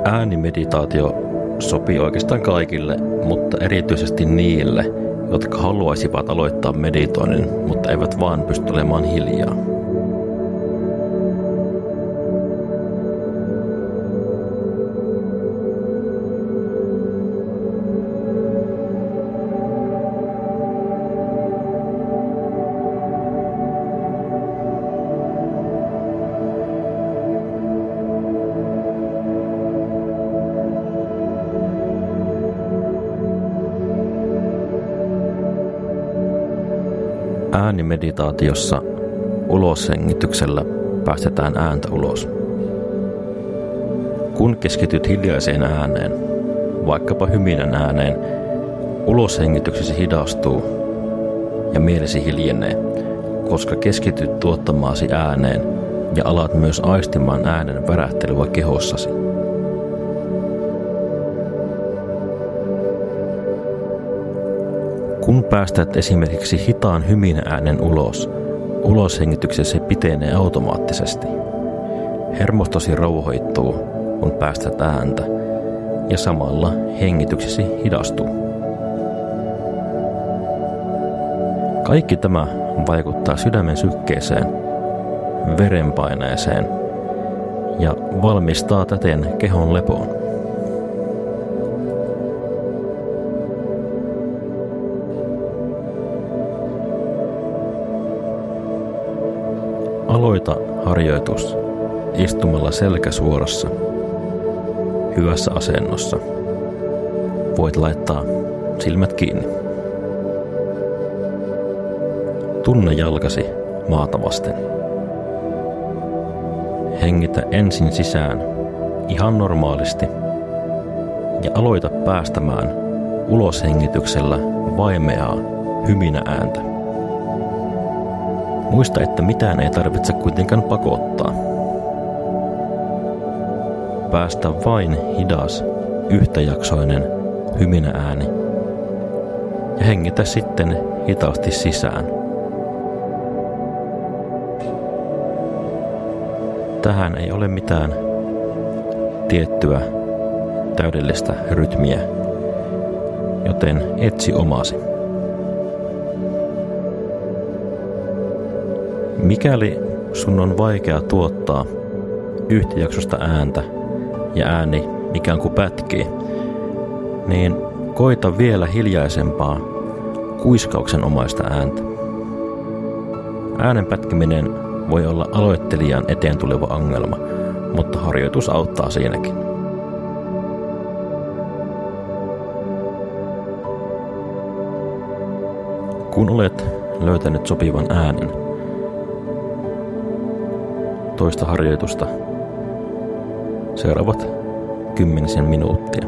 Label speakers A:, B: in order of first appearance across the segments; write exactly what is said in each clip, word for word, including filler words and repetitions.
A: Äänimeditaatio sopii oikeastaan kaikille, mutta erityisesti niille, jotka haluaisivat aloittaa meditoinnin, mutta eivät vaan pysty olemaan hiljaa. Äänimeditaatiossa uloshengityksellä päästetään ääntä ulos. Kun keskityt hiljaiseen ääneen, vaikkapa hyminän ääneen, uloshengityksesi hidastuu ja mielesi hiljenee, koska keskityt tuottamaasi ääneen ja alat myös aistimaan äänen värähtelyä kehossasi. Kun päästät esimerkiksi hitaan hyminä-äänen ulos, uloshengityksesi pitenee automaattisesti. Hermostosi rauhoittuu, kun päästät ääntä, ja samalla hengityksesi hidastuu. Kaikki tämä vaikuttaa sydämen sykkeeseen, verenpaineeseen ja valmistaa täten kehon lepoon. Aloita harjoitus istumalla selkä suorassa, hyvässä asennossa. Voit laittaa silmät kiinni. Tunne jalkasi maata vasten. Hengitä ensin sisään ihan normaalisti ja aloita päästämään uloshengityksellä vaimeaa hyminä ääntä. Muista, että mitään ei tarvitse kuitenkaan pakottaa. Päästä vain hidas, yhtäjaksoinen hyminä ääni ja hengitä sitten hitaasti sisään. Tähän ei ole mitään tiettyä täydellistä rytmiä, joten etsi omasi. Mikäli sun on vaikea tuottaa yhtäjaksoista ääntä ja ääni ikään kuin pätkii, niin koita vielä hiljaisempaa kuiskauksenomaista ääntä. Äänen pätkiminen voi olla aloittelijan eteen tuleva ongelma, mutta harjoitus auttaa siinäkin. Kun olet löytänyt sopivan äänen, toista harjoitusta seuraavat kymmenisen minuuttia.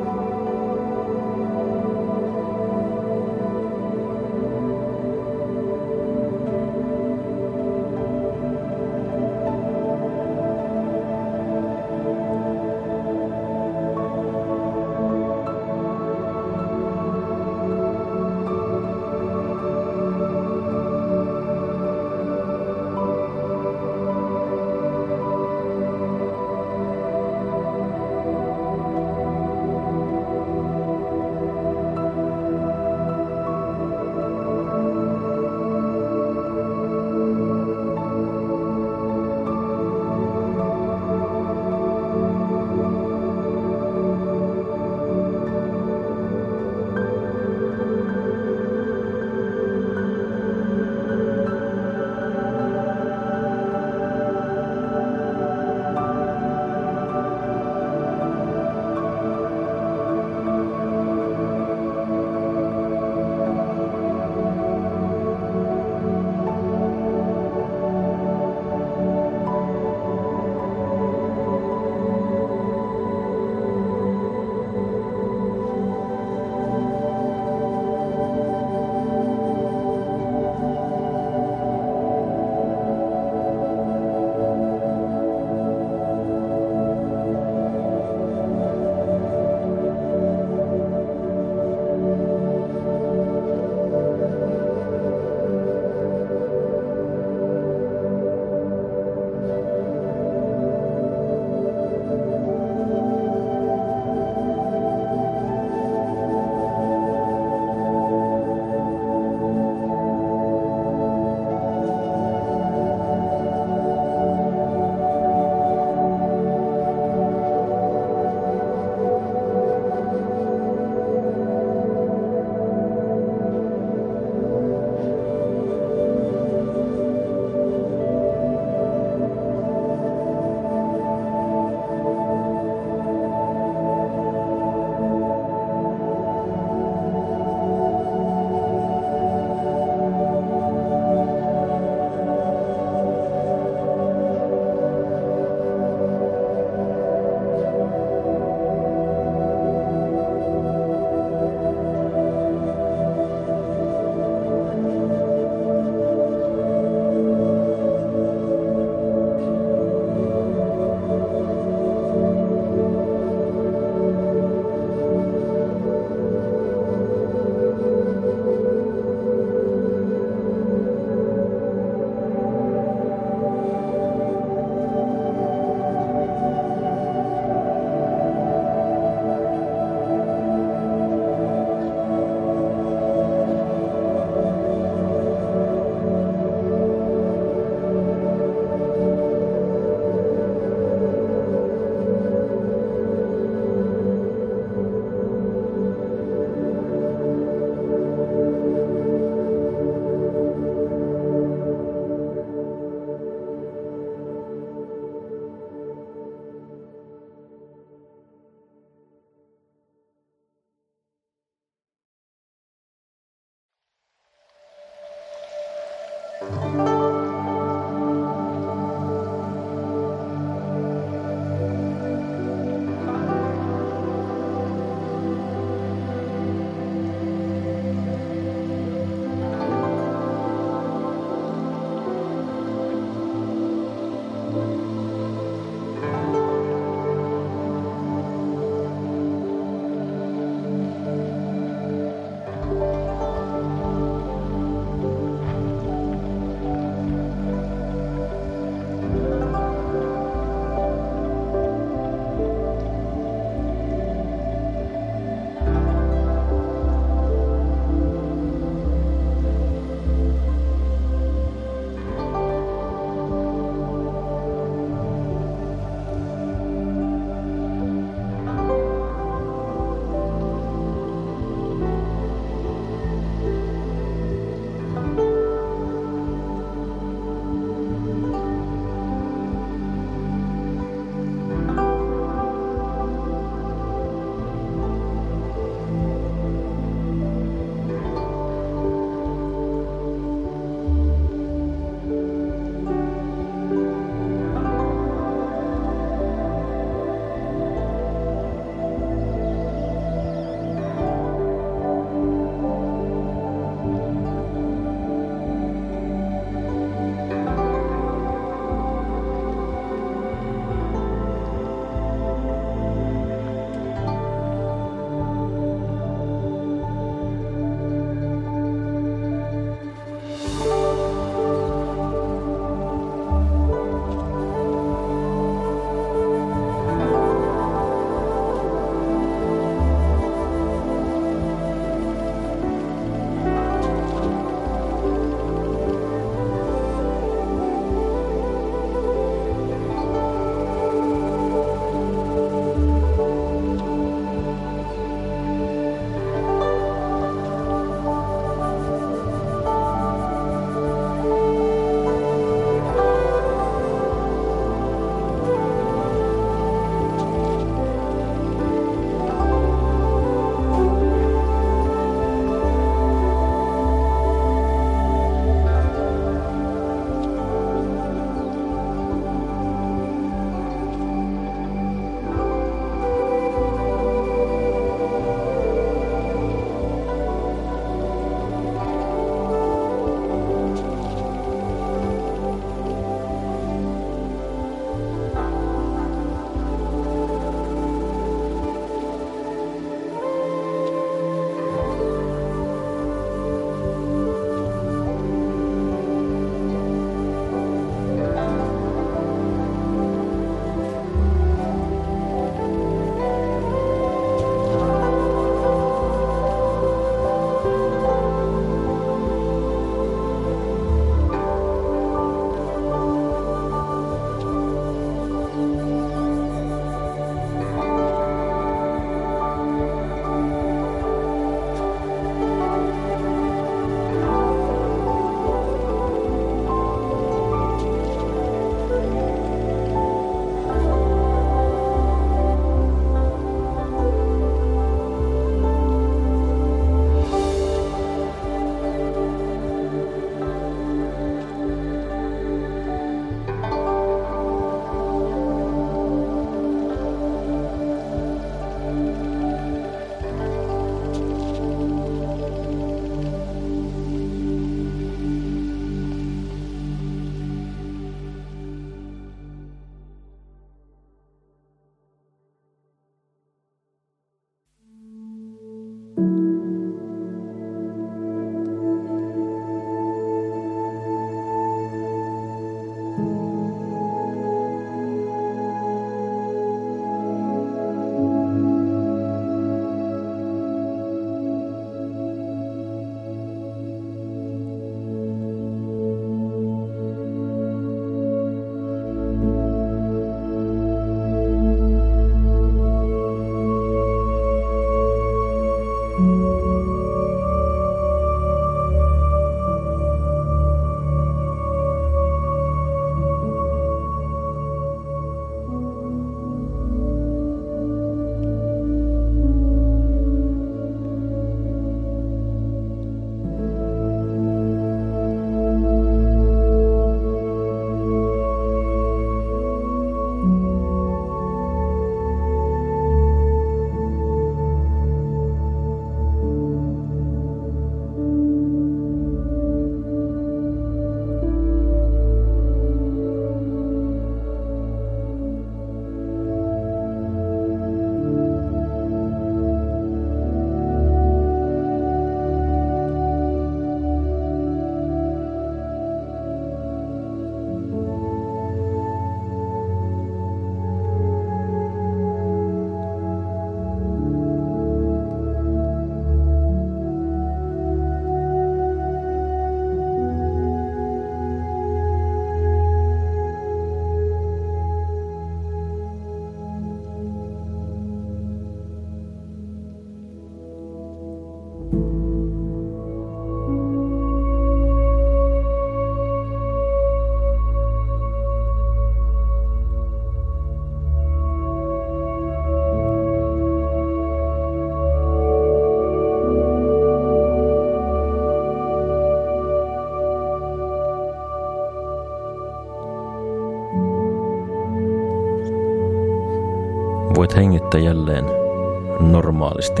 A: voit hengittää jälleen normaalisti.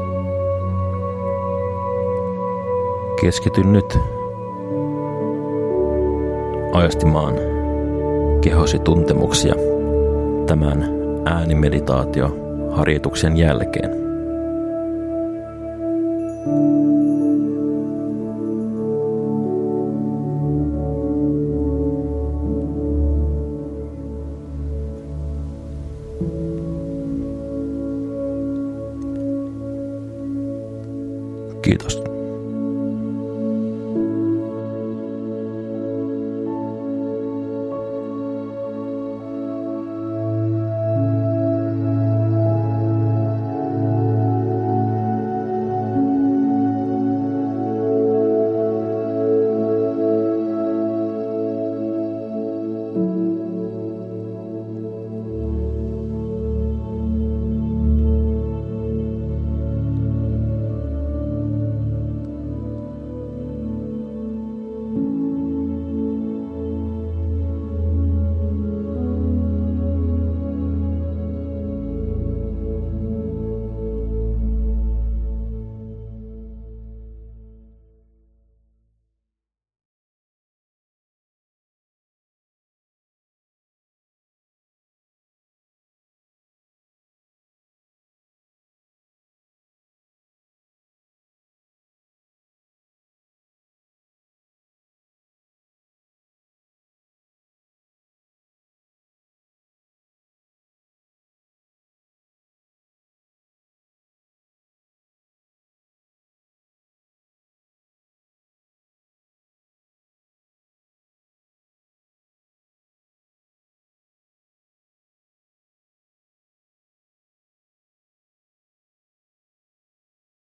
A: Keskity nyt aistimaan kehosi tuntemuksia tämän äänimeditaatioharjoituksen jälkeen. Kiitos.